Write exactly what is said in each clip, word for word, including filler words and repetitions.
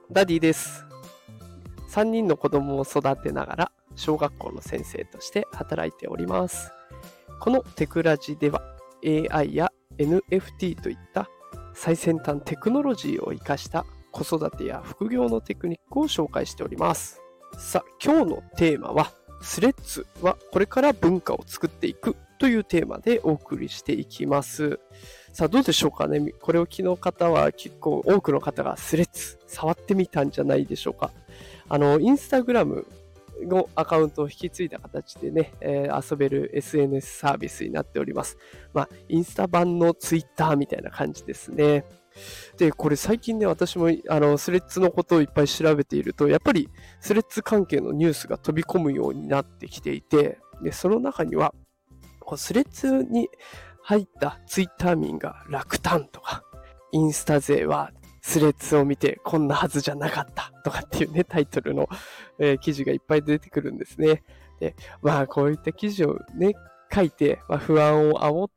ダディです。さんにんの子供を育てながら小学校の先生として働いております。このテクラジでは エーアイ や エヌエフティー といった最先端テクノロジーを生かした子育てや副業のテクニックを紹介しております。さあ、今日のテーマはスレッズはこれから文化を作っていくというテーマでお送りしていきます。さあ、どうでしょうかね。これを聞きの方は結構多くの方がスレッズ触ってみたんじゃないでしょうか。あの、インスタグラムのアカウントを引き継いだ形でね、えー遊べる エスエヌエス サービスになっております。まあ、インスタ版のツイッターみたいな感じですね。で、これ最近ね、私もあのスレッズのことをいっぱい調べていると、やっぱりスレッズ関係のニュースが飛び込むようになってきていて、でその中には、こうスレッズに入ったツイッター民が落胆とか、インスタ勢はスレッズを見てこんなはずじゃなかったとかっていうね、タイトルの、えー記事がいっぱい出てくるんですね。で、まあこういった記事をね、書いて、まあ、不安を煽って、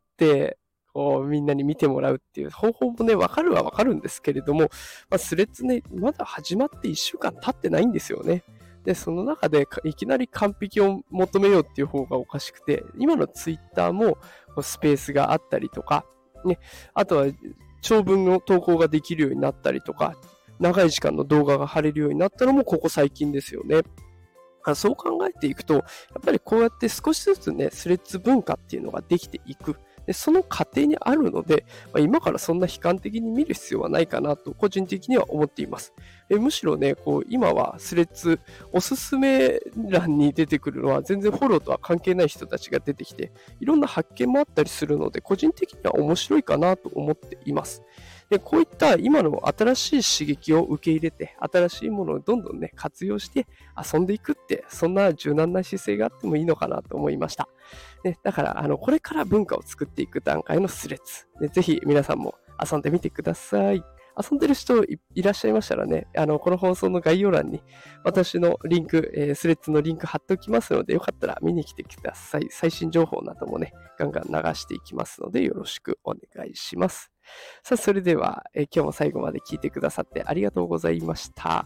こうみんなに見てもらうっていう方法もね、わかるはわかるんですけれども、まあ、スレッズね、まだ始まっていっしゅうかん経ってないんですよね。で、その中でかいきなり完璧を求めようっていう方がおかしくて、今のツイッターもこうスペースがあったりとか、ね、あとは長文の投稿ができるようになったりとか、長い時間の動画が貼れるようになったのもここ最近ですよね。あそう考えていくと、やっぱりこうやって少しずつね、スレッズ文化っていうのができていく。でその過程にあるので、まあ、今からそんな悲観的に見る必要はないかなと、個人的には思っています。えむしろね、こう今はスレッズ、おすすめ欄に出てくるのは全然フォローとは関係ない人たちが出てきて、いろんな発見もあったりするので、個人的には面白いかなと思っています。でこういった今の新しい刺激を受け入れて、新しいものをどんどんね、活用して遊んでいくって、そんな柔軟な姿勢があってもいいのかなと思いました。ね、だから、あの、これから文化を作っていく段階のスレッズ。ね、ぜひ皆さんも遊んでみてください。遊んでる人 い, いらっしゃいましたらね、あの、この放送の概要欄に私のリンク、えースレッズのリンク貼っておきますので、よかったら見に来てください。最新情報などもね、ガンガン流していきますので、よろしくお願いします。さあ、それでは、えー今日も最後まで聞いてくださってありがとうございました。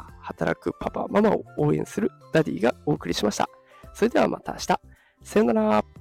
働くパパ、ママを応援するダディがお送りしました。それではまた明日。さよなら。